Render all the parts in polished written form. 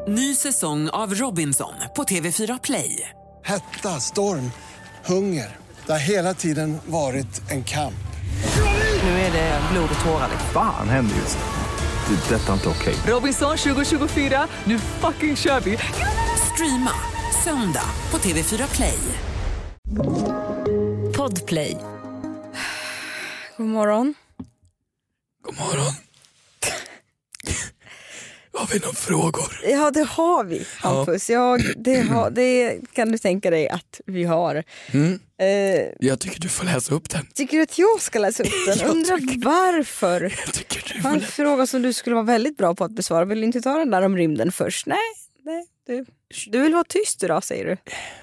Ny säsong av Robinson på TV4 Play. Hetta, storm, hunger. Det har hela tiden varit en kamp. Nu är det blod och tårar. Fan händer just nu. Det. Detta är inte okej. Robinson 2024, nu fucking kör vi. Streama söndag på TV4 Play. Podplay. God morgon. God morgon. Har vi några frågor? Ja, det har vi, Hampus. Ja. Det kan du tänka dig att vi har. Jag tycker du får läsa upp den. Tycker du att jag ska läsa upp den? Undrar varför? Jag tycker du En fråga som du skulle vara väldigt bra på att besvara. Vill du inte ta den där om rymden först? Nej. Du vill vara tyst idag, säger du.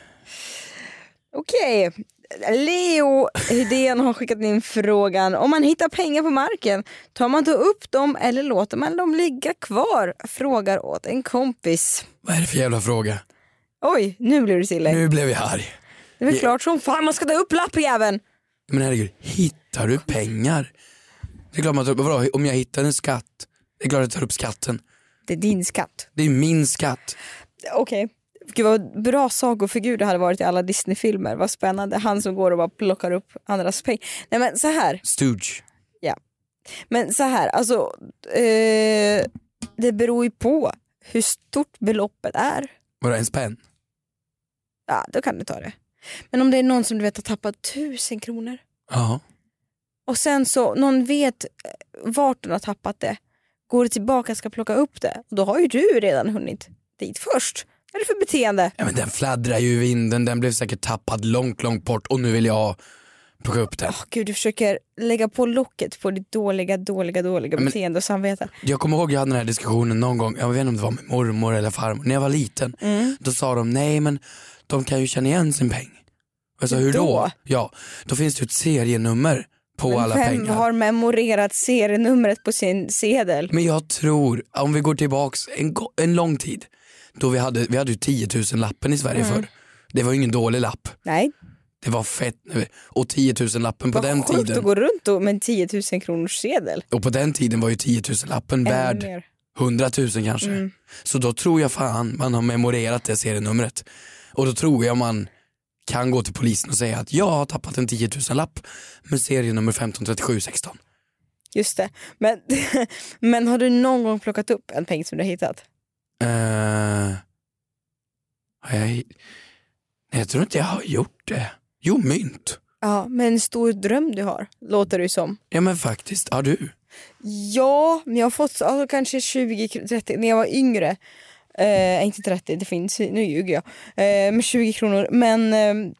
Okej. Leo Hedén har skickat in frågan: om man hittar pengar på marken, tar man då upp dem eller låter man dem ligga kvar? Frågar åt en kompis. Vad är det för jävla fråga? Oj, nu blir du stilla. Nu blev jag arg. Det är väl klart som fan man ska ta upp lappjäveln. Men herregud, hittar du pengar? Det är klart man tar upp, vadå? Om jag hittar en skatt, det är klart jag tar upp skatten. Det är din skatt. Det är min skatt. Okej. Gud vad bra sagofigur det hade varit i alla Disney-filmer. Vad spännande. Han som går och bara plockar upp andras pengar. Nej men så här. Stooge. Ja. Men så här, alltså det beror ju på hur stort beloppet är. Var det en spänn? Ja, då kan du ta det. Men om det är någon som du vet har tappat 1000 kronor. Ja. Och sen så, någon vet vart den har tappat det. Går det tillbaka ska plocka upp det. Och då har ju du redan hunnit dit först. Vad är det för beteende? Ja, men den fladdrar ju i vinden. Den blev säkert tappad långt bort. Och nu vill jag plocka upp den. Gud, du försöker lägga på locket på ditt dåliga beteende och samvete. Jag kommer ihåg jag hade den här diskussionen någon gång. Jag vet inte om det var med mormor eller farmor. När jag var liten, då sa de, nej men de kan ju känna igen sin peng. Alltså hur då? Ja, då finns det ju ett serienummer på men alla pengar. Vem har memorerat serienumret på sin sedel? Men jag tror, om vi går tillbaks en lång tid, då vi hade ju 10 000 lappen i Sverige förr. Det var ju ingen dålig lapp. Nej. Det var fett. Och 10 000 lappen på den tiden. Vad att gå runt med en 10 000 kronors sedel. Och på den tiden var ju 10 000 lappen värd 100 000 kanske. Så då tror jag fan man har memorerat det serienumret. Och då tror jag man kan gå till polisen och säga att jag har tappat en 10 000 lapp med serienummer 153716. Just det. Men har du någon gång plockat upp en peng som du har hittat? Jag tror inte jag har gjort det. Jo, mynt. Ja, men en stor dröm du har, låter det som. Ja, men faktiskt, har du? Ja, men jag har fått kanske 20-30 när jag var yngre. Inte 30, det finns, nu ljuger jag. Med 20 kronor. Men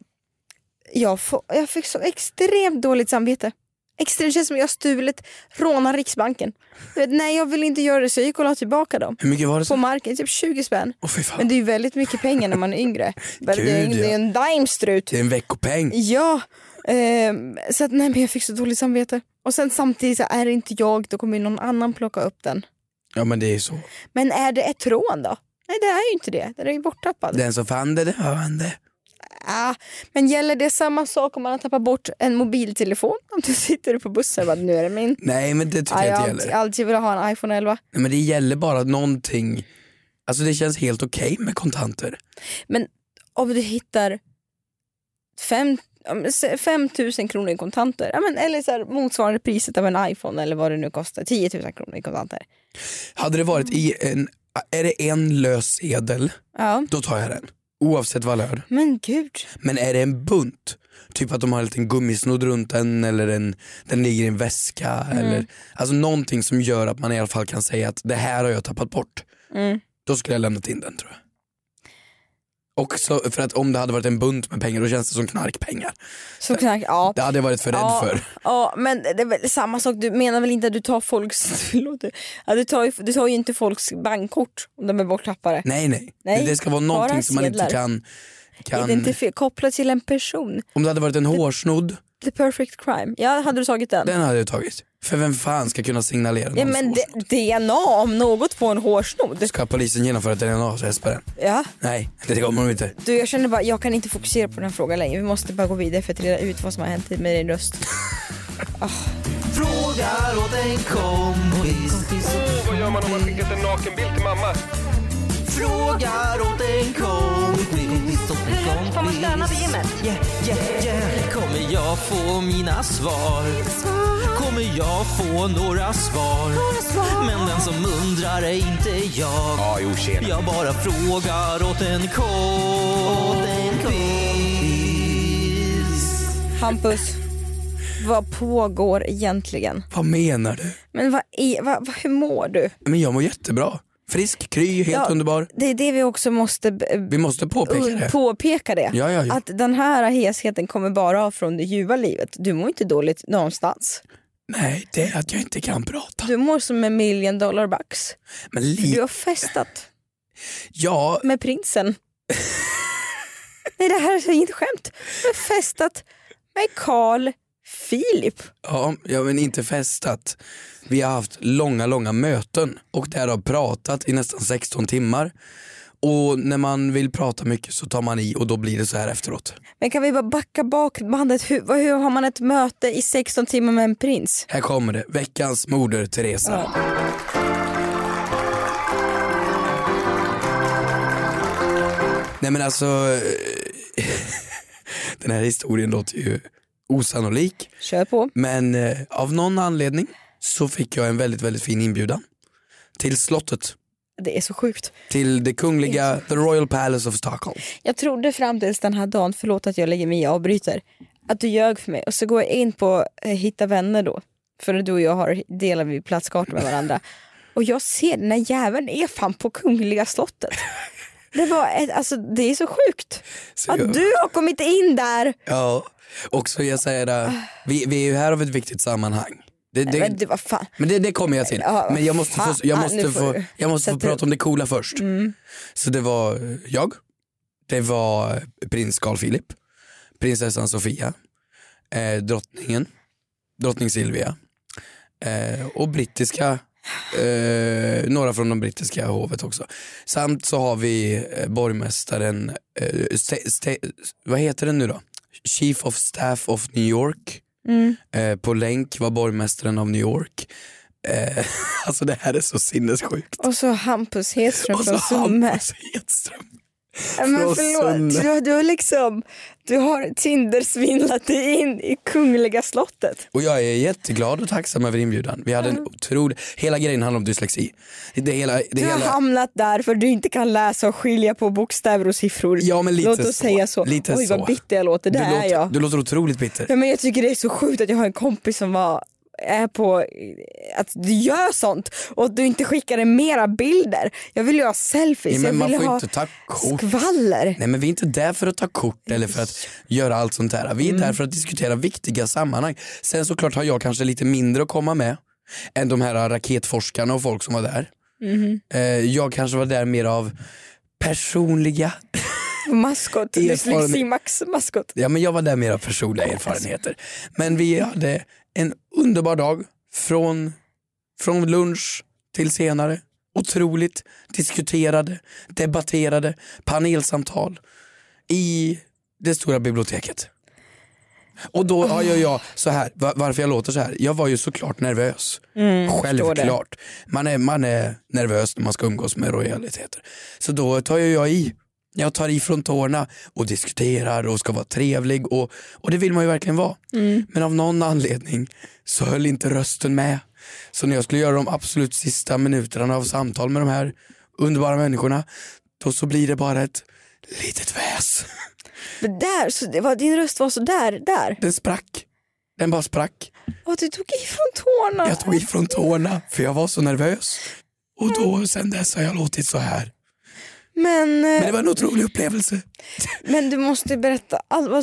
jag fick så extremt dåligt samvete. Extremt känns som jag har stulit råna Riksbanken. Nej, jag vill inte göra det, så jag gick och la tillbaka dem. Hur mycket var det så? På marken, typ 20 spänn. Men det är ju väldigt mycket pengar när man är yngre. Det är en dimestrut. Det är en veckopeng. Ja, så att nej, men jag fick så dåligt samvete. Och sen samtidigt så är det inte jag, då kommer någon annan plocka upp den. Ja, men det är så. Men är det ett rån då? Nej, det är ju inte det. Den är ju borttappad. Den som fann det har han det. Men gäller det samma sak om man har tappat bort en mobiltelefon? Om du sitter på bussen och bara, nu är det min. Nej, men det tycker jag inte gäller. Jag alltid vill ha en iPhone 11. Nej, men det gäller bara någonting. Alltså det känns helt okej med kontanter. Men om du hittar 5 000 kronor i kontanter, eller så här, motsvarande priset av en iPhone eller vad det nu kostar, 10 000 kronor i kontanter. Hade det varit är det en lös sedel, då tar jag den. Oavsett valör. Men gud. Men är det en bunt, typ att de har en liten gummisnodd runt den, eller den ligger i en väska, eller alltså någonting som gör att man i alla fall kan säga att det här har jag tappat bort. Då skulle jag lämnat in den, tror jag. Också för att om det hade varit en bunt med pengar, då känns det som knarkpengar. Så knark, ja. Det hade jag varit för rädd för. Ja, men det är väl samma sak. Du menar väl inte att du tar folks... du tar ju inte folks bankkort om de är borttappare. Nej. Det ska vara någonting som man inte kan identifiera, koppla till en person. Om det hade varit en hårsnodd. The perfect crime. Ja, hade du tagit den? Den hade jag tagit. För vem fan ska kunna signalera någons men DNA om något på en hårsnodd. Ska polisen genomföra ett DNA-test på den? Ja. Nej, det kommer de inte. Du, jag känner bara, jag kan inte fokusera på den här frågan längre. Vi måste bara gå vidare för att reda ut vad som har hänt med din röst. Frågar åt en kompis. Vad gör man om man skickat en nakenbild till mamma? Frågar Får man stöna på gymmet? Kommer jag få mina svar? Kommer jag få några svar? Men den som undrar är inte jag. Jag bara frågar åt en kompis. Hampus, vad pågår egentligen? Vad menar du? Men hur mår du? Men jag mår jättebra. Frisk, kry, helt underbar. Det är det vi också måste Vi måste påpeka det. Ja. Att den här hesheten kommer bara av från det ljuva livet. Du mår inte dåligt någonstans. Nej, det är att jag inte kan prata. Du mår som $1 million bucks. Men du har festat. Ja. Med prinsen. Nej, det här är inte skämt. Du har festat med Carl Philip. Ja, men inte festat. Vi har haft långa möten och där har pratat i nästan 16 timmar. Och när man vill prata mycket så tar man i och då blir det så här efteråt. Men kan vi bara backa bak bandet? Hur har man ett möte i 16 timmar med en prins? Här kommer det. Veckans moder Teresa. Ja. Nej men alltså den här historien låter ju osannolik. Kör på. Men av någon anledning så fick jag en väldigt, väldigt fin inbjudan till slottet. Det är så sjukt. Till det kungliga, the Royal Palace of Stockholm. Jag trodde fram tills den här dagen, förlåt att jag lägger mig i avbryter, att du ljög för mig. Och så går jag in på Hitta vänner då. För du och jag delar vi platskartor med varandra. Och jag ser den här jäveln är fan på kungliga slottet. Det är så sjukt så att du har kommit in där. Ja, och så jag säger det, vi är ju här av ett viktigt sammanhang. Men det kommer jag till. Men jag måste få prata om det coola först. Så det var jag. Det var prins Carl Philip, prinsessan Sofia, drottning Silvia och brittiska några från de brittiska hovet också. Samt så har vi borgmästaren vad heter den nu då? Chief of Staff of New York. På länk var borgmästaren av New York. Alltså det här är så sinnessjukt. Och så Hampus Hedström från Summe. Men förlåt, du har Tinder-svindlat dig in i kungliga slottet. Och jag är jätteglad och tacksam över inbjudan. Vi hade en otrolig, hela grejen handlar om dyslexi. Du har hamnat där för du inte kan läsa och skilja på bokstäver och siffror. Ja, men lite låt oss säga så. Oj, vad bitter jag låter. Du låter otroligt bitter. Ja, men jag tycker det är så sjukt att jag har en kompis som är på att du gör sånt och att du inte skickar mera bilder. Jag vill ju ha selfies. Nej, men jag vill man får ha inte ta kort. Skvaller. Nej, men vi är inte där för att ta kort eller för att göra allt sånt här. Vi är där för att diskutera viktiga sammanhang. Sen såklart har jag kanske lite mindre att komma med än de här raketforskarna och folk som var där. Jag kanske var där mer av personliga maskot, maskot. Ja, men jag var där mer av personliga erfarenheter. Men vi hade en underbar dag från lunch till senare. Otroligt diskuterade, debatterade, panelsamtal i det stora biblioteket. Och då har jag så här, varför jag låter så här. Jag var ju såklart nervös. Självklart. Man är nervös när man ska umgås med royaliteter. Så då tar jag i. Jag tar i från tårna och diskuterar och ska vara trevlig och det vill man ju verkligen vara. Men av någon anledning så höll inte rösten med. Så när jag skulle göra de absolut sista minuterna av samtal med de här underbara människorna, då så blir det bara ett litet väs. Men där, så din röst var så där? Den sprack. Den bara sprack. Och du tog ifrån tårna? Jag tog ifrån tårna för jag var så nervös. Och då sen dess har jag låtit så här. Men det var en otrolig upplevelse. Men du måste berätta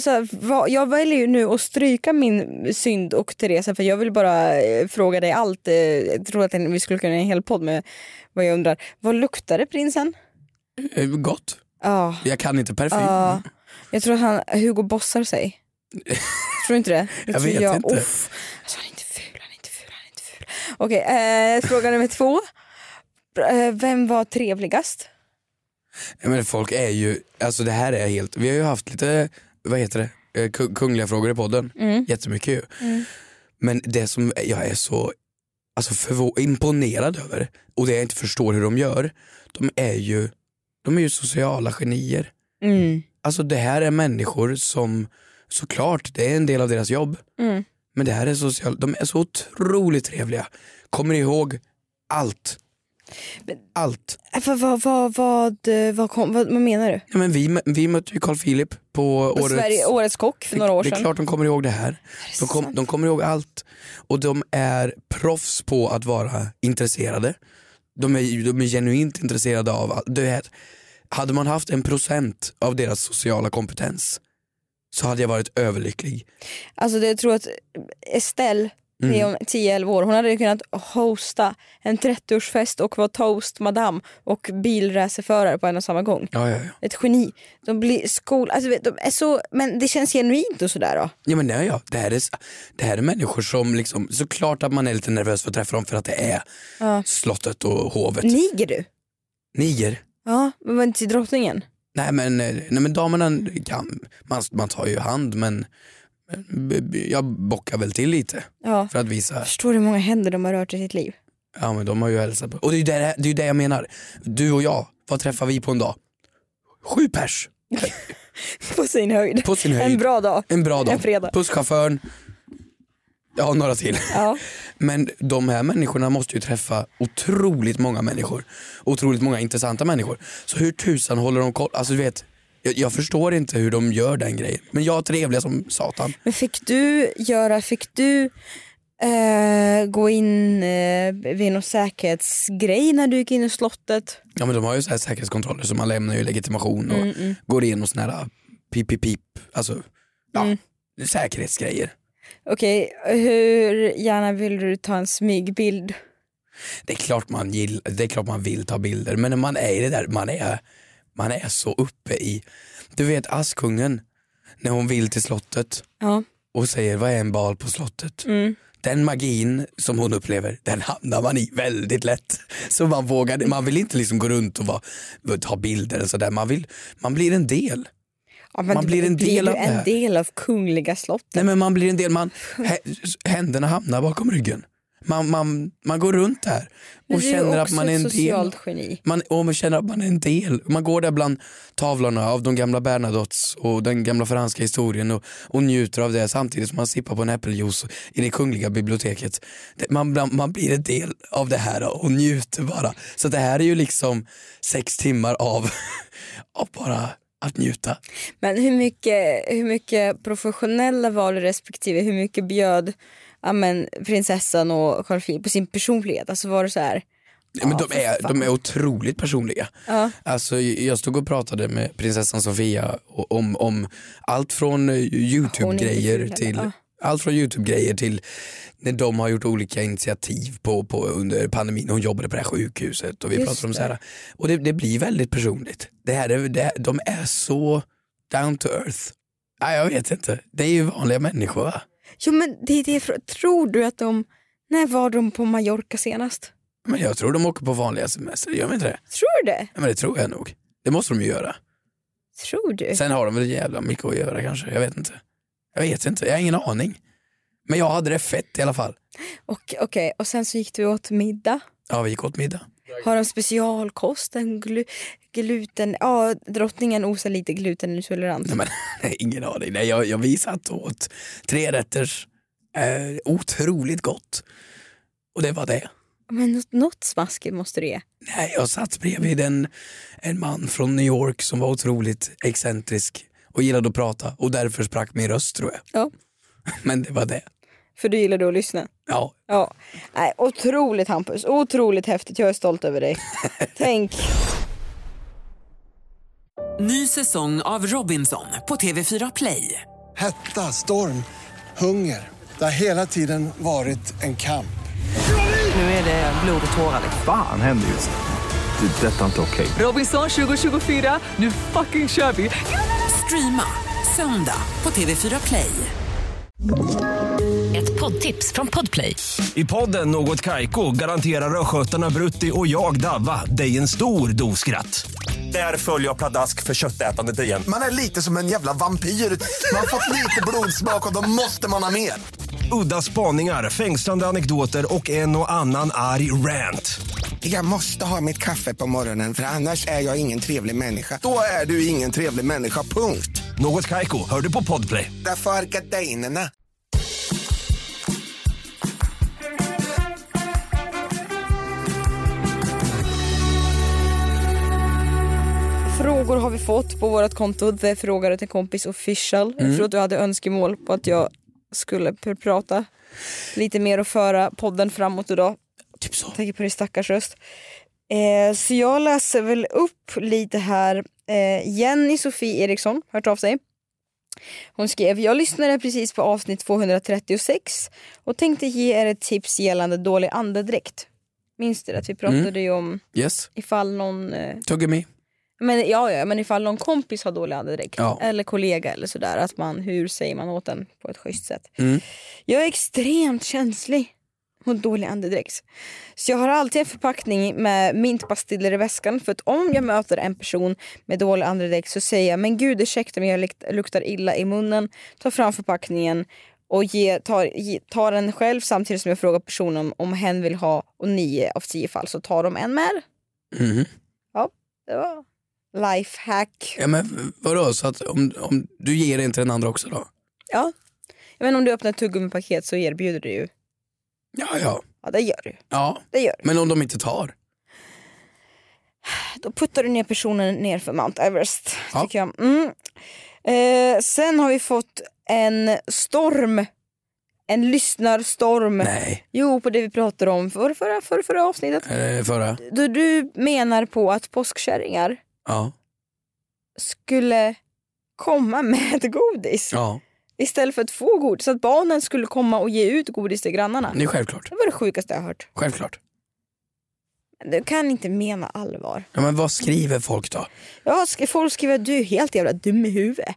jag väljer ju nu att stryka min synd och Teresa, för jag vill bara fråga dig allt. Jag tror att vi skulle kunna ha en hel podd med vad jag undrar. Vad luktade prinsen? Gott. Jag kan inte parfym. Jag tror att Hugo bossar sig. Tror du inte det? Jag vet inte. Alltså, han är inte ful. Okej, fråga nummer 2. Vem var trevligast? Ja, men folk är ju, alltså det här är helt, vi har ju haft lite, vad heter det, kungliga frågor i podden, jättemycket ju. Men det som jag är så imponerad över, och det jag inte förstår hur de gör, de är ju sociala genier. Alltså det här är människor som, såklart, det är en del av deras jobb. Men det här är socialt, de är så otroligt trevliga. Kommer ihåg allt. Allt. Vad menar du? Ja, men vi mötte ju Carl Philip på Årets kock för några år sedan. Det är klart de kommer ihåg det här. De kommer ihåg allt. Och de är proffs på att vara intresserade. De är genuint intresserade av allt. Hade man haft 1% av deras sociala kompetens så hade jag varit överlycklig. Alltså jag tror att Estelle, 10-11 år, hon hade kunnat hosta en 30-årsfest och vara toast madame och bilracerförare på en och samma gång. Ja. Ett geni. De blir alltså, de är så, men det känns genuint och sådär då. Ja, men det här är människor som liksom, såklart att man är lite nervös för att träffa dem för att det är slottet och hovet. Niger du? Niger? Ja, men var inte till drottningen? Nej men damerna kan, man tar ju hand, men jag bockar väl till lite för att visa. Förstår du hur många händer de har rört i sitt liv? Ja, men de har ju hälsat på. Och det är ju det jag menar. Du och jag, vad träffar vi på en dag? 7 pers. På sin höjd. En bra dag. En fredag. Busschauffören. Ja, några till. Ja. Men de här människorna måste ju träffa otroligt många människor. Otroligt många intressanta människor. Så hur tusan håller de koll? Alltså du vet, jag förstår inte hur de gör den grejen. Men jag är trevlig som satan. Men fick du gå in vid någon säkerhetsgrej när du gick in i slottet? Ja, men de har ju så här säkerhetskontroller, så man lämnar ju legitimation och går in och sån här pip. Alltså, säkerhetsgrejer. Okej, hur gärna vill du ta en smygbild? Det är klart man vill ta bilder, men när man är i det där, man är så uppe i, du vet Askungen när hon vill till slottet och säger vad är en bal på slottet? Den magin som hon upplever, den hamnar man i väldigt lätt. Så man vill inte liksom gå runt och ta bilder och sådär. Man blir en del. Ja, man blir en del av en del av kungliga slottet. Nej, men man blir en del, händerna hamnar bakom ryggen. Man går runt där och känner att man är en del. Geni. Man känner att man är en del. Man går där bland tavlorna av de gamla Bernadottes och den gamla franska historien och njuter av det samtidigt som man sippar på en äppeljuice i det kungliga biblioteket. Man blir en del av det här och njuter bara. Så det här är ju liksom 6 timmar av bara att njuta. Men hur mycket professionella var det respektive hur mycket bjöd prinsessan och Carl Philip på sin personlighet? Alltså var det så här? Ja, men de är otroligt personliga. Alltså, jag stod och pratade med prinsessan Sofia om allt från YouTube-grejer till när de har gjort olika initiativ på under pandemin. Hon jobbade på det här sjukhuset och vi pratade om så här. Och det blir väldigt personligt. De är så down to earth. Nej, jag vet inte. Det är ju vanliga människor, va? Jo, men tror du att när var de på Mallorca senast? Men jag tror de åker på vanliga semester, gör de inte det? Tror du det? Ja, men det tror jag nog. Det måste de ju göra. Tror du? Sen har de väl jävla mycket att göra kanske, jag vet inte, jag har ingen aning. Men jag hade det fett i alla fall. Okej, och sen så gick du åt middag? Ja, vi gick åt middag. Har de specialkost, gluten? Ja, drottningen osar lite glutenintolerant. Nej, ingen aning. Nej, jag satt åt 3 rätters. Otroligt gott. Och det var det. Men något smaskigt måste det. Nej, jag satt bredvid en man från New York som var otroligt excentrisk och gillade att prata. Och därför sprack min röst, tror jag. Ja. Men det var det. För du gillade att lyssna? Ja. Nej, otroligt Hampus, otroligt häftigt. Jag är stolt över dig. Tänk. Ny säsong av Robinson på TV4 Play. Hetta, storm, hunger. Det har hela tiden varit en kamp. Nu är det blod och tårar. Fan händer just det. Det är detta inte okej. Robinson 2024, nu fucking kör vi. Streama söndag på TV4 Play. Ett poddtips från Podplay. I podden Något Kaiko garanterar röskötarna Brutti och jag Davva dig en stor doskratt. Där följer jag pladask för köttätandet igen. Man är lite som en jävla vampyr. Man har fått lite blodsmak och då måste man ha mer. Udda spaningar, fängslande anekdoter och en och annan arg rant. Jag måste ha mitt kaffe på morgonen för annars är jag ingen trevlig människa. Då är du ingen trevlig människa, punkt. Något Kaiko, hör du på Podplay. Därför är gardinerna. Frågor har vi fått på vårt konto. Det frågade till kompis official. Jag tror att du hade önskemål på att jag skulle prata lite mer och föra podden framåt idag. Typ så. Jag tänker på din stackars röst. Så jag läser väl upp lite här. Jenny Sofie Eriksson hört av sig. Hon skrev: jag lyssnade precis på avsnitt 236 och tänkte ge er ett tips gällande dålig andedräkt. Minns du att vi pratade ju om ifall någon Tuggummi. Men ifall någon kompis har dålig andedräkt eller kollega eller sådär, att hur säger man åt den på ett schysst sätt. Jag är extremt känslig mot dålig andedräkt. Så jag har alltid en förpackning med mintpastiller i väskan, för att om jag möter en person med dålig andedräkt så säger jag: men gud, ursäkta men jag luktar illa i munnen. Ta fram förpackningen och tar den själv, samtidigt som jag frågar personen om hen vill ha, och 9 av 10 fall så tar de en med. Ja, det var lifehack. Ja, men vadå, så att om du ger det inte den andra också då? Ja. Men om du öppnar ett tuggummi-paket så erbjuder du ju. Ja, det gör du. Ja, det gör du. Men om de inte tar? Då puttar du ner personen ner för Mount Everest, tycker jag. Sen har vi fått en storm. En lyssnarstorm. Nej. Jo, på det vi pratade om förra avsnittet. Förra. Då du menar på att påskkärringar skulle komma med godis. Ja. Istället för att få godis. Så att barnen skulle komma och ge ut godis till grannarna. Det är självklart. Det var det sjukaste jag har hört. Självklart. Du kan inte mena allvar. Ja, men vad skriver folk då? Ja, folk skriver att du är helt jävla dum i huvudet.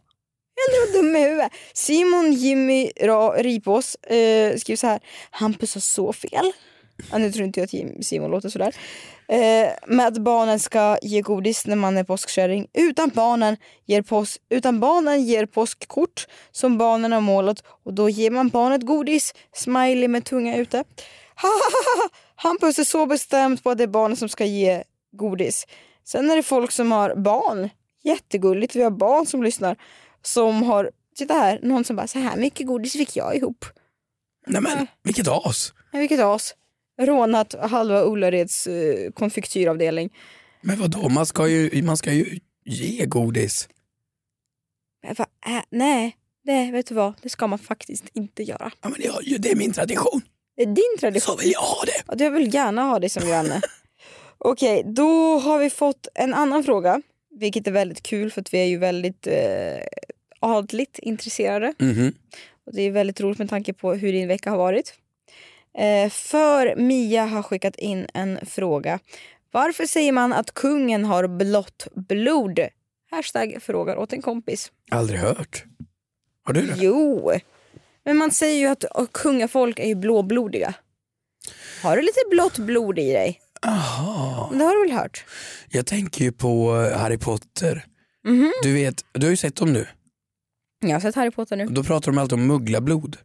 Simon Jimmy Ripås skriver så här: Hampus har så fel. Nu tror inte jag att Simon låter sådär. Med att barnen ska ge godis när man är påskkärring. Utan barnen ger påskkort som barnen har målat, och då ger man barnet godis. Smiley med tunga ute. Hampus är så bestämt på att det är barnen som ska ge godis. Sen är det folk som har barn. Jättegulligt, vi har barn som lyssnar. Som har, titta här, någon som bara: så här mycket godis fick jag ihop. Nej men, vilket as. Vilket as. Rånat halva Ullareds konfektyravdelning. Men vadå, man ska ju ge godis. Nej, det vet du vad, det ska man faktiskt inte göra. Ja, men det är min tradition. Det är din tradition. Så vill jag ha det. Ja, jag vill gärna ha det som granne. Okej, då har vi fått en annan fråga. Vilket är väldigt kul, för att vi är ju väldigt adligt intresserade. Och det är väldigt roligt med tanke på hur din vecka har varit. För Mia har skickat in en fråga. Varför säger man att kungen har blått blod? #frågar åt en kompis. Aldrig hört. Har du det? Jo, men man säger ju att kungafolk är ju blåblodiga. Har du lite blått blod i dig? Aha. Det har du väl hört? Jag tänker ju på Harry Potter. Du vet, du har ju sett dem nu. Jag har sett Harry Potter nu. Då pratar de alltid om mugglablod.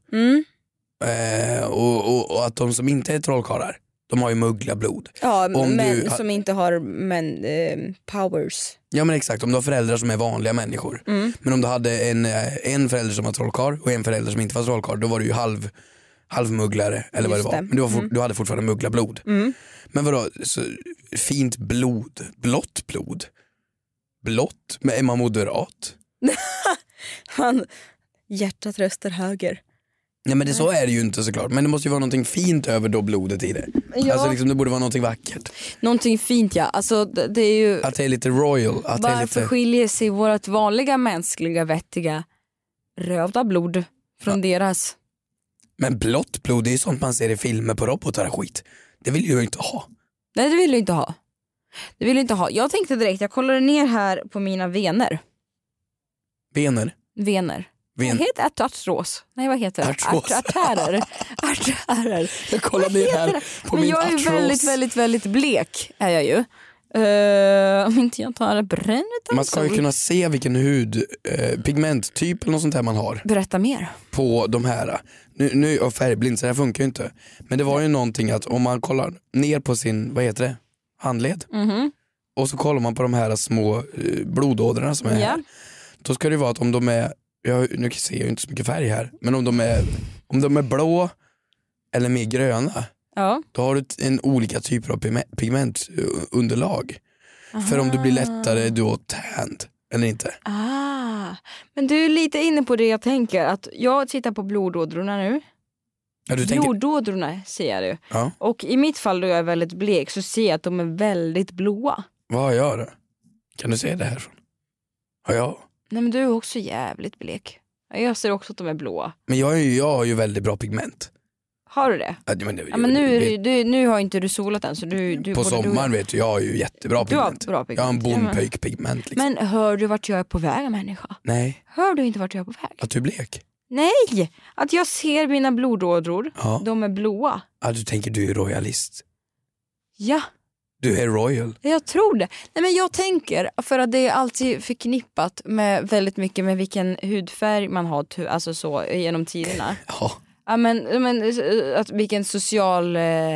Och att de som inte är trollkarlar, de har ju mugglablod. Ja, men som inte har powers. Ja, men exakt, om du har föräldrar som är vanliga människor. Men om du hade en förälder som var trollkarl och en förälder som inte var trollkarl, då var du ju halvmugglare eller vad det var. Men du hade fortfarande mugglablod. Men vadå, så fint blod, blått blod. Blått, men är man moderat? Hjärtat röstar höger. Nej, men så är det ju inte såklart. Men det måste ju vara någonting fint över då blodet i det. Ja. Alltså liksom, det borde vara någonting vackert. Någonting fint, ja. Alltså det är ju... Att det är lite royal. Att varför det är lite... skiljer sig vårt vanliga mänskliga vettiga röda blod från deras? Men blått blod, det är ju sånt man ser i filmer på robotar och skit. Det vill ju inte ha. Nej, det vill du inte ha. Det vill du inte ha. Jag tänkte direkt, jag kollade ner här på mina vener. Vener? Vad heter artros? Nej, vad heter det? Artärer. Jag kollar ner här på min artros. Men jag är väldigt, väldigt, väldigt blek är jag ju. Om inte jag tar brännet. Man ska ju kunna se vilken pigmenttyp eller något sånt här man har. Berätta mer. På de här. Nu är jag färgblind så det här funkar ju inte. Men det var ju någonting att om man kollar ner på sin, vad heter det? handled. Och så kollar man på de här små blodådrorna som är här. Då ska det vara att om de är, nu ser jag inte så mycket färg här, men om de är blå eller mer gröna, då har du en olika typer av pigmentunderlag. För om du blir lättare då tänd eller inte. Men du är lite inne på det jag tänker, att jag tittar på blodådrorna nu. Blodådrorna ser jag. Ja. Och i mitt fall då jag är väldigt blek så ser jag att de är väldigt blåa. Vad gör du? Kan du se det härifrån? Ja. Nej men du är också jävligt blek. Jag ser också att de är blåa. Men jag har ju väldigt bra pigment. Har du det? Men nu har inte du solat än så du på sommaren vet du, jag har ju jättebra pigment. Jag har en bondpöjkpigment liksom. Men hör du vart jag är på väg, människa? Nej. Hör du inte vart jag är på väg? Att du är blek? Nej, att jag ser mina blodådror. De är blåa. Du tänker du är royalist. Ja. Du är royal. Jag tror det. Nej men jag tänker, för att det är alltid förknippat med väldigt mycket med vilken hudfärg man har, alltså så genom tiderna. Ja men att vilken social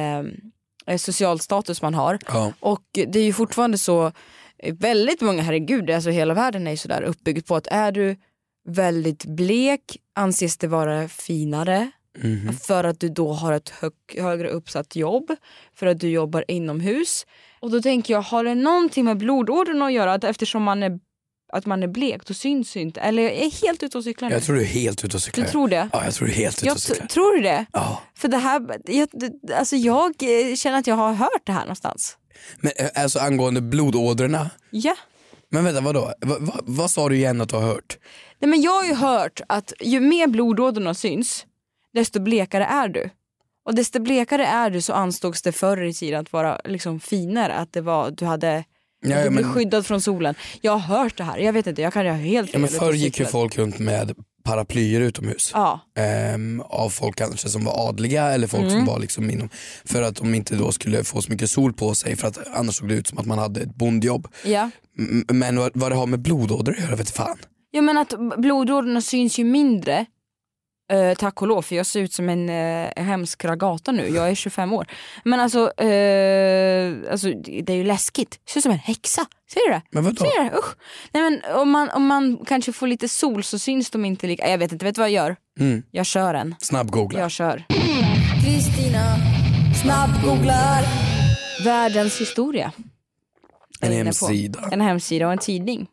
status man har. Och det är ju fortfarande så väldigt många, herregud, alltså hela världen är ju så där uppbyggt på att är du väldigt blek anses det vara finare. För att du då har ett högre uppsatt jobb, för att du jobbar inomhus. Och då tänker jag, har det någonting med blodådrorna att göra, att eftersom man är blek, då syns inte. Eller jag är helt ute och cyklar nu. Jag tror du är helt ute och cyklar. Du tror det? Ja, jag tror du är helt ute och cyklar. Tror du det? Ja. För det här, jag känner att jag har hört det här någonstans. Men alltså angående blodådrorna? Ja. Men vänta, vadå? Vad sa du igen att du har hört? Nej men jag har ju hört att ju mer blodådrorna syns, desto blekare är du. Och desto blekare är du så ansågs det förr i tiden att vara liksom finare. Att det var, du blev skyddad från solen. Jag har hört det här, jag vet inte, jag kan ha helt fel. Men förr gick ju folk runt med paraplyer utomhus. Av folk kanske som var adliga eller folk som var liksom inom, för att de inte då skulle få så mycket sol på sig, för att annars såg det ut som att man hade ett bondjobb. Men vad det har med blodådror att göra vet fan. Ja men att blodådrorna syns ju mindre. Tack och lov, för jag ser ut som en hemsk ragata nu. Jag är 25 år. Men alltså det är ju läskigt. Jag ser ut som en häxa. Ser du det? Men vadå? Ser du det? Usch. Nej men om man kanske får lite sol så syns de inte lika. Jag vet inte, vet du vad jag gör? Jag kör en. Snabbgoogla. Jag kör. Kristina snabbgooglar världens historia. En hemsida. En hemsida och en tidning.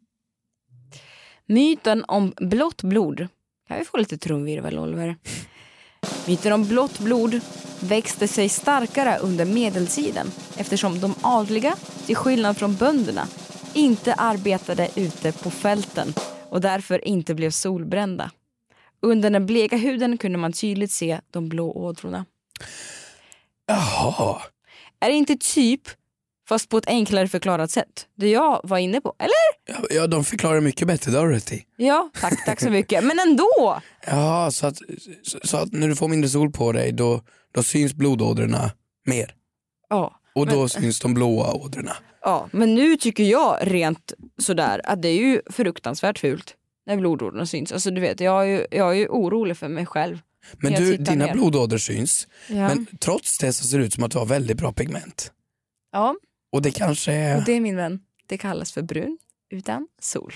Myten om blått blod. Kan vi få lite trumvirvel, Oliver? Myten om blått blod växte sig starkare under medeltiden eftersom de adliga, till skillnad från bönderna, inte arbetade ute på fälten och därför inte blev solbrända. Under den bleka huden kunde man tydligt se de blå ådrorna. Jaha. Är det inte typ, fast på ett enklare förklarat sätt, det jag var inne på, eller? Ja, de förklarar mycket bättre, det har du rätt i. Ja, tack så mycket. Men ändå! Ja, så att när du får mindre sol på dig, då syns blodådrorna mer. Ja. Och då syns de blåa ådrorna. Ja, men nu tycker jag rent sådär att det är ju fruktansvärt fult när blodådrorna syns. Alltså du vet, jag är ju orolig för mig själv. Men dina blodådror syns. Ja. Men trots det så ser det ut som att du har väldigt bra pigment. Ja. Och det kanske är... Och det, min vän, det kallas för brun utan sol.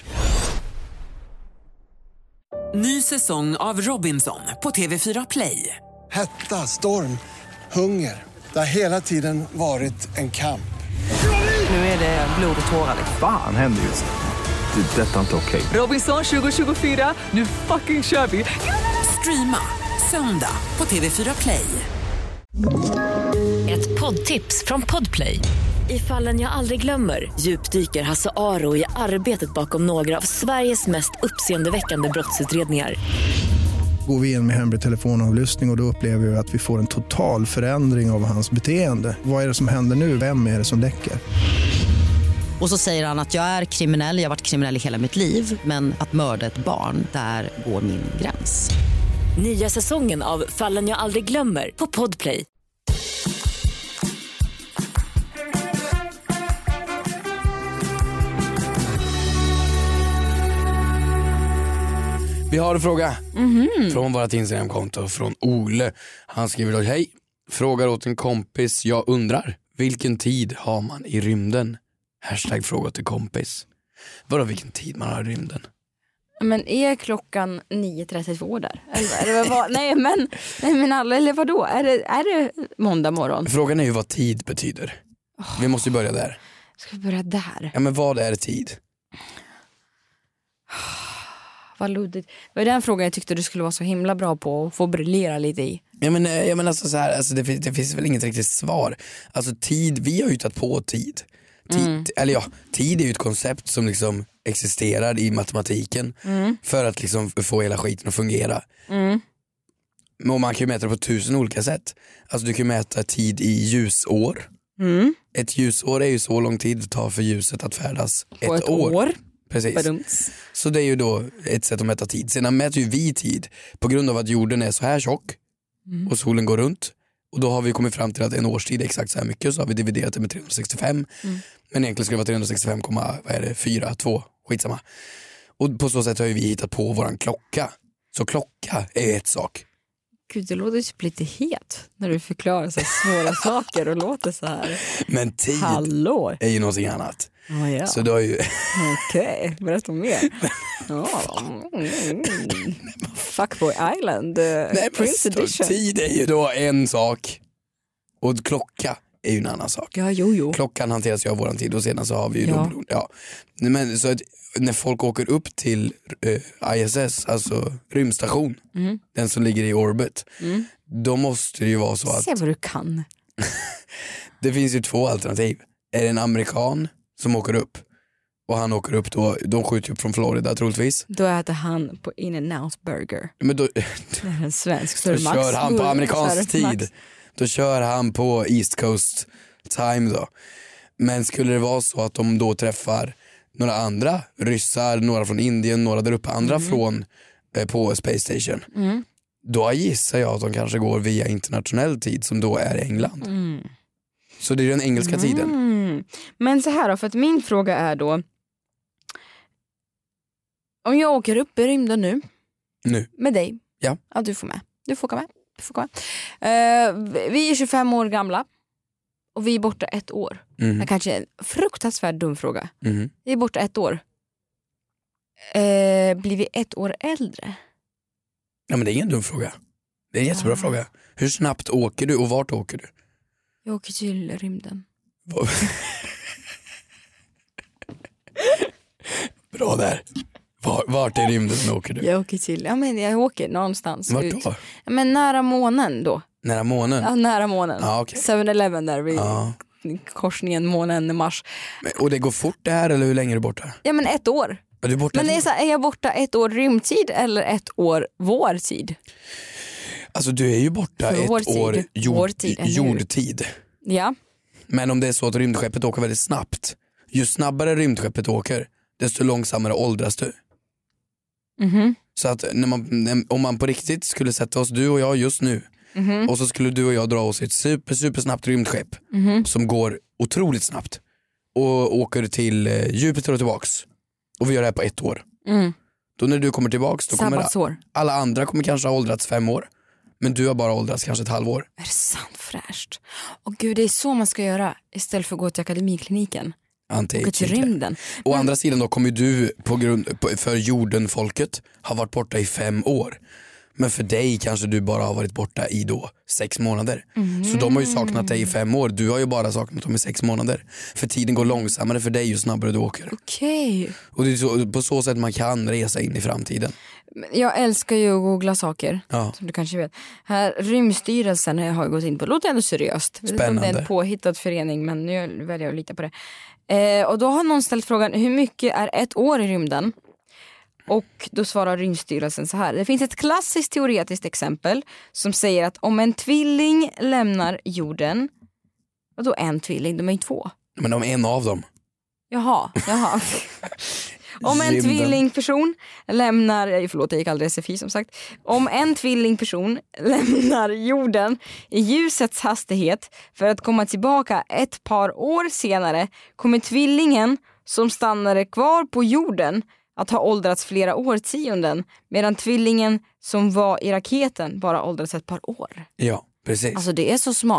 Ny säsong av Robinson på TV4 Play. Hetta, storm, hunger. Det har hela tiden varit en kamp. Nu är det blod och tårar. Fan händer just det. Det är detta inte okej. Robinson 2024, nu fucking kör vi. Streama söndag på TV4 Play. Ett poddtips från Podplay. I Fallen jag aldrig glömmer djupdyker Hasse Aro i arbetet bakom några av Sveriges mest uppseendeväckande brottsutredningar. Går vi in med hemlig telefonavlyssning och då upplever vi att vi får en total förändring av hans beteende. Vad är det som händer nu? Vem är det som läcker? Och så säger han att jag är kriminell, jag har varit kriminell i hela mitt liv. Men att mörda ett barn, där går min gräns. Nya säsongen av Fallen jag aldrig glömmer på Podplay. Vi har en fråga från vårt Instagramkonto från Ole. Han skriver då: hej, frågar åt en kompis, jag undrar, vilken tid har man i rymden? #fråga till kompis. Vadå vilken tid man har i rymden? Men är klockan 9:32 där? Eller nej men alla, eller vadå? Är det måndag morgon? Frågan är ju vad tid betyder. Vi måste ju börja där. Ska vi börja där? Ja, men vad är tid? Vad luddigt. Det var den frågan jag tyckte du skulle vara så himla bra på och få briljera lite i. Ja men alltså så här, alltså det finns väl inget riktigt svar. Alltså tid, vi har ju tagit på tid. Eller ja, tid är ju ett koncept som liksom existerar i matematiken för att liksom få hela skiten att fungera. Men man kan ju mäta det på 1000 olika sätt. Alltså du kan mäta tid i ljusår. Ett ljusår är ju så lång tid det tar för ljuset att färdas på ett år. Precis. Badums. Så det är ju då ett sätt att mäta tid. Sedan mäter ju vi tid på grund av att jorden är så här tjock och solen går runt. Och då har vi kommit fram till att en årstid är exakt så här mycket, så har vi dividerat det med 365. Men egentligen ska det vara 365,42, skitsamma. Och på så sätt har ju vi hittat på våran klocka. Så klocka är ett sak. Gud, det låter typ lite het när du förklarar så svåra saker och låter så här. Men tid är ju någonting annat. Ja. Så då är ju... Okej, berätta mer. Fuckboy Island, Prince Edition. Tid är ju då en sak och klocka är ju en annan sak. Ja, jo. Klockan hanteras ju av våran tid och sedan så har vi ju då... Ja. Men så att när folk åker upp till ISS, alltså rymdstation, den som ligger i orbit, då måste det ju vara så att... Se vad du kan. Det finns ju 2 alternativ. Är det en amerikan som åker upp och han åker upp då, de skjuter upp från Florida troligtvis. Då äter han på In-N-Out Burger. Men då, det är en svensk. Då kör han på amerikansk tid. Då kör han på East Coast time då. Men skulle det vara så att de då träffar några andra ryssar, några från Indien, några där uppe, andra från på Space Station, då gissar jag att de kanske går via internationell tid som då är England. Så det är den engelska tiden. Men så här då, för att min fråga är då, om jag åker upp i rymden nu med dig, ja, du får med. Du får komma med. Vi är 25 år gamla och vi är borta 1 år. Det kanske är en fruktansvärt dum fråga. Vi är borta 1 år. Blir vi 1 år äldre? Ja, men det är ingen dum fråga. Det är en jättebra fråga. Hur snabbt åker du och vart åker du? Jag åker till rymden. Bra där. Vart är rymden åker du? Jag åker någonstans. Vart ut. då? Men nära månen då. Nära månen? Ja, nära månen. Ja, okay. 7-Eleven där vid korsningen månen Mars. Och det går fort det här, eller hur länge är du borta? Ja, men 1 år. Är du borta? Men är jag borta 1 år rymdtid eller 1 år vår tid? Alltså du är ju borta 1 år jordtid. Ja. Men om det är så att rymdskeppet åker väldigt snabbt, ju snabbare rymdskeppet åker, desto långsammare åldras du. Så att om man på riktigt skulle sätta oss, du och jag just nu, och så skulle du och jag dra oss i ett supersnabbt rymdskepp som går otroligt snabbt och åker till Jupiter och tillbaks, och vi gör det här på 1 år. Då när du kommer tillbaks, då kommer alla andra kommer kanske ha åldrats 5 år. Men du har bara åldrats kanske ett halvår. Är det sant fräscht? Och gud, det är så man ska göra istället för att gå till akademikliniken. Och till rymden. Å andra sidan då kommer du för jordenfolket ha varit borta i 5 år. Men för dig kanske du bara har varit borta i då 6 månader. Så de har ju saknat dig i 5 år. Du har ju bara saknat dem i 6 månader. För tiden går långsammare för dig ju snabbare du åker. Okej. Och det är på så sätt man kan resa in i framtiden. Jag älskar ju att googla saker, som du kanske vet. Här, Rymdstyrelsen har jag gått in på. Låter ändå seriöst. Spännande. Det är en påhittad förening, men nu väljer jag att lita på det. Och då har någon ställt frågan, hur mycket är 1 år i rymden? Och då svarar Rymdstyrelsen så här: det finns ett klassiskt teoretiskt exempel som säger att om en tvilling lämnar jorden, och då en tvilling, de är ju 2. Men om en av dem. Jaha. Om en tvillingperson lämnar, förlåt jag gick aldrig SFI som sagt. Om en tvillingperson lämnar jorden i ljusets hastighet för att komma tillbaka ett par år senare, kommer tvillingen som stannade kvar på jorden att ha åldrats flera årtionden, medan tvillingen som var i raketen bara åldrats ett par år. Ja, precis. Alltså det är så smart.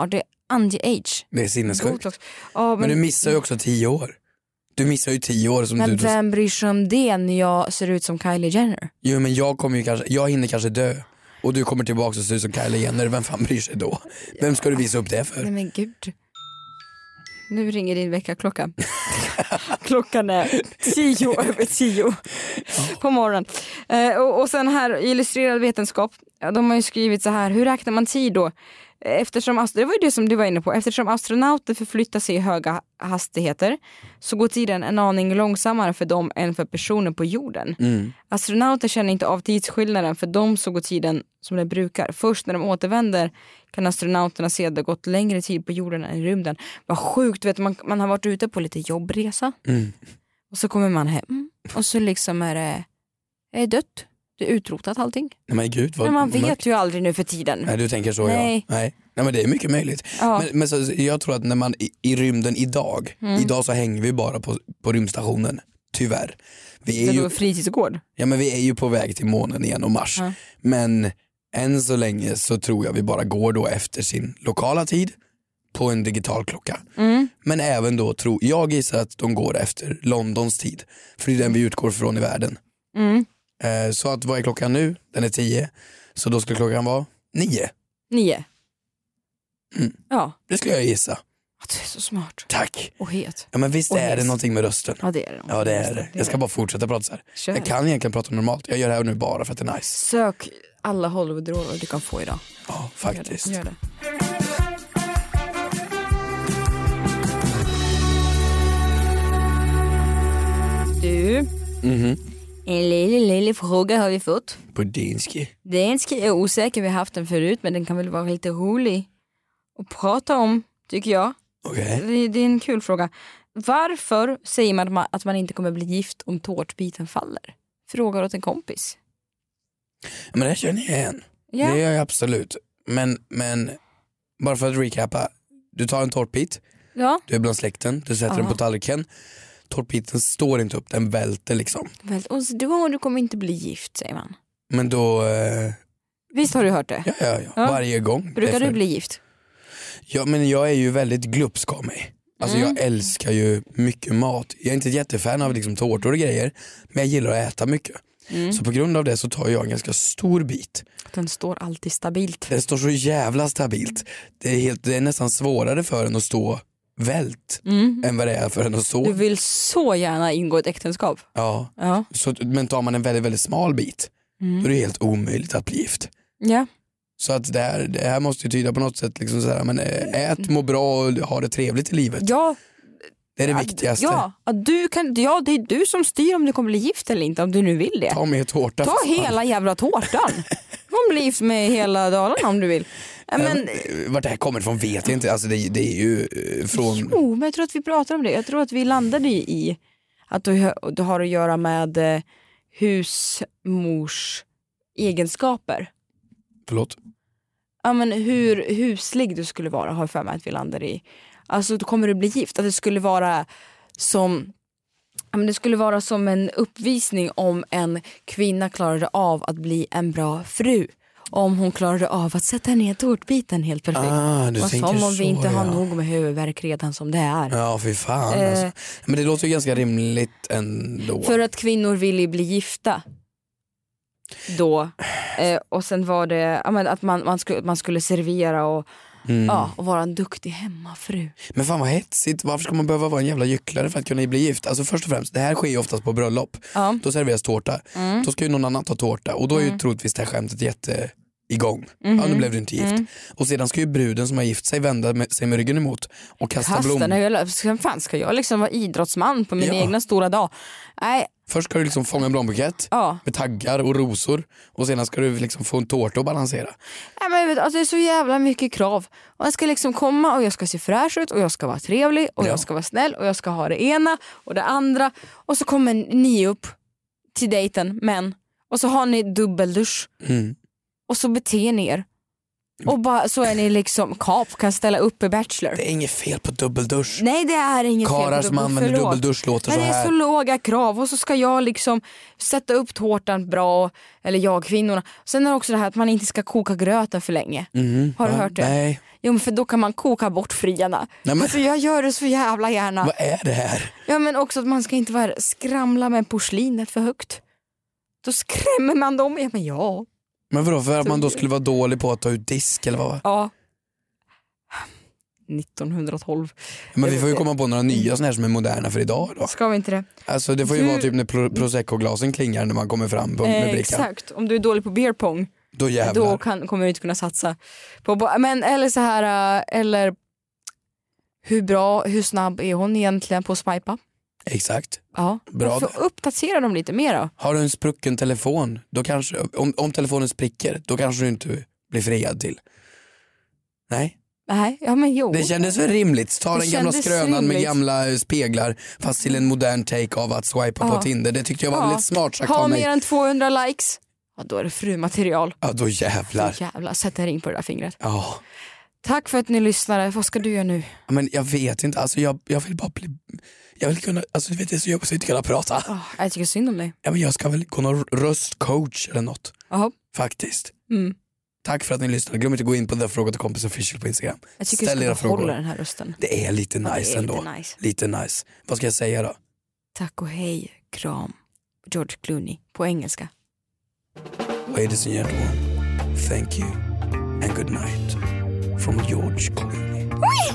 anti-age. Det är sinnessjukt. Botox. Ja, men du missar ju också 10 år. Du missar ju 10 år som men du... vem bryr sig om det när jag ser ut som Kylie Jenner? Jo, men jag hinner kanske dö. Och du kommer tillbaka och ser ut som Kylie Jenner. Vem fan bryr sig då? Vem ska du visa upp det för? Nej men gud. Nu ringer din väckarklocka. Klockan är 10:10 på morgonen. Och sen här, illustrerad vetenskap. De har ju skrivit så här, hur räknar man tid då? Eftersom, det var ju det som du var inne på. Eftersom astronauter förflyttar sig i höga hastigheter så går tiden en aning långsammare för dem än för personer på jorden. Astronauter känner inte av tidsskillnaden, för dem så går tiden som det brukar. Först när de återvänder kan astronauterna se att det gått längre tid på jorden än i rymden. Vad sjukt, vet man har varit ute på lite jobbresa. Och så kommer man hem och så liksom är det dött. Det är utrotat allting. Nej, men gud, men man vet ju aldrig nu för tiden. Nej, du tänker så. Nej. Ja. Nej, men det är mycket möjligt. Ja. Men så, jag tror att när man i rymden idag så hänger vi bara på rymdstationen. Tyvärr. Vi är ju fritidsgård. Ja, men vi är ju på väg till månen igen och Mars. Men än så länge så tror jag vi bara går då efter sin lokala tid på en digital klocka. Men även då jag gissar att de går efter Londons tid. För det är den vi utgår från i världen. Så att vad är klockan nu? Den är 10. Så då skulle klockan vara 9. 9. Ja. Det skulle jag gissa. Du är så smart. Tack. Och het. Ja, men visst är det någonting med rösten. Ja, det är det. Ja, det är det. Jag ska bara fortsätta prata så här. Kör. Jag kan egentligen prata normalt. Jag gör det här nu bara för att det är nice. Sök alla Hollywood-roller du kan få idag. Ja, faktiskt. Gör det. Du. En lille fråga har vi fått. På danski. Danski är osäker, vi har haft den förut, men den kan väl vara lite rolig att prata om, tycker jag. Okay. Det är en kul fråga. Varför säger man att man inte kommer bli gift om tårtbiten faller? Frågar åt en kompis. Men det känner jag igen. Ja. Det gör jag absolut. Men bara för att recapa. Du tar en tårtbit. Ja. Du är bland släkten. Du sätter den på tallriken. Tårtbiten står inte upp, den välter liksom. Och du kommer inte bli gift, säger man. Men då... Visst har du hört det? Ja. Varje gång. Brukar du bli gift? Ja, men jag är ju väldigt glupsk av mig. Alltså jag älskar ju mycket mat. Jag är inte ett jättefan av liksom tårtor och grejer, men jag gillar att äta mycket. Så på grund av det så tar jag en ganska stor bit. Den står alltid stabilt. Den står så jävla stabilt. Det är nästan svårare för den att stå vält än vad det är för en att så. Du vill så gärna ingå ett äktenskap. Ja. Så, men tar man en väldigt, väldigt smal bit då är det helt omöjligt att bli gift. Ja. Så att det här måste ju tyda på något sätt liksom sådär, men ät, må bra och ha det trevligt i livet. Ja. Det är det viktigaste. Ja, det är du som styr om du kommer bli gift eller inte, om du nu vill det. Ta med tårta. Ta hela jävla tårtan. Kom bli gift med hela Dalarna om du vill. Men vart det här kommer ifrån vet jag inte. Alltså det är ju från... Jo, men jag tror att vi pratar om det. Jag tror att vi landade i att du har att göra med husmors egenskaper. Förlåt? Ja, men hur huslig du skulle vara har för mig att vi landade i. Alltså då kommer du bli gift. Att det skulle vara som... Men det skulle vara som en uppvisning om en kvinna klarade av att bli en bra fru. Om hon klarade av att sätta ner tårtbiten helt perfekt. Som om vi inte har nog med huvudvärk redan som det är. Ja, fy fan. Alltså. Men det låter ju ganska rimligt ändå. För att kvinnor vill ju bli gifta. Då. Och sen var det att man skulle servera och och vara en duktig hemmafru. Men fan vad hetsigt. Varför ska man behöva vara en jävla gycklare för att kunna bli gift? Alltså först och främst, det här sker ju oftast på bröllop. Då serveras tårta. Då ska ju någon annan ta tårta. Och då är ju troligtvis det här skämtet igång. Ja, nu blev du inte gift. Och sedan ska ju bruden som har gift sig vända sig med ryggen emot och kasta blommor. Fan, ska jag liksom vara idrottsman på min egna stora dag? Nej. Först ska du liksom fånga en blombukett med taggar och rosor. Och sedan ska du liksom få en tårta att balansera. Ja, men jag vet, alltså det är så jävla mycket krav. Och jag ska liksom komma och jag ska se fräsch ut och jag ska vara trevlig och jag ska vara snäll och jag ska ha det ena och det andra. Och så kommer ni upp till dejten, men och så har ni dubbeldusch. Och så beter ni er Och bara, så är ni liksom kan ställa upp i Bachelor. Det är inget fel på dubbeldusch. Nej, det är inget fel på Karar som använder dubbeldusch låter så här. Det är så låga krav och så ska jag liksom sätta upp tårtan bra, eller jag, kvinnorna. Sen är det också det här att man inte ska koka gröten för länge. Har du hört det? Nej. Jo, men för då kan man koka bort friarna. Alltså jag gör det så jävla gärna. Vad är det här? Ja, men också att man ska inte skramla med porslinet för högt. Då skrämmer man dem. Ja, men ja. Men vadå, för att man då skulle vara dålig på att ta ut disk eller vad? Ja. 1912. Men vi får ju komma på några nya såna här som är moderna för idag då. Ska vi inte det? Alltså det får ju vara typ när Prosecco-glasen klingar när man kommer fram med brickan. Exakt, om du är dålig på beer pong då jävlar. Då kommer du inte kunna satsa på, men eller så här, eller hur snabb är hon egentligen på att swipa? Exakt. Ja. Bra. Får uppdatera dem lite mer då. Har du en sprucken telefon, då kanske, om telefonen spricker, då kanske du inte blir friad till. Nej, ja men jo. Det kändes väl rimligt. Ta den gamla skrönan med gamla speglar fast till en modern take av att swipa på Tinder. Det tyckte jag var väldigt smart sagt av mig. Mer än 200 likes. Ja, då är det frumaterial. Ja, då jävlar. Sätt en ring på det där fingret. Ja. Tack för att ni lyssnade. Vad ska du göra nu? Men jag vet inte, alltså jag vill bara bli... Jag vill kunna, alltså du vet det är så jobbigt att inte kunna prata. Jag tycker synd om dig. Ja, men jag ska väl gå någon röstcoach eller något. Faktiskt. Tack för att ni lyssnade. Glöm inte att gå in på The Fråga till Kompis Official på Instagram. Jag tycker ställ era frågor. Den här rösten. Det är lite nice ändå. Lite nice. Vad ska jag säga då? Tack och hej, kram. George Clooney på engelska. Ladies and gentlemen, thank you and good night from George Clooney.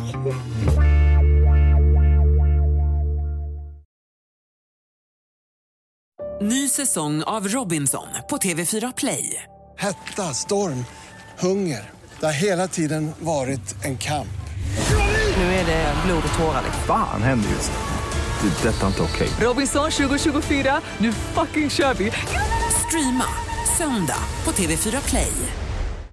Ny säsong av Robinson på TV4 Play. Hetta, storm, hunger. Det har hela tiden varit en kamp. Nu är det blod och tårar. Fan händer just det. Det är detta inte okej. Robinson 2024, nu fucking kör vi. Streama söndag på TV4 Play.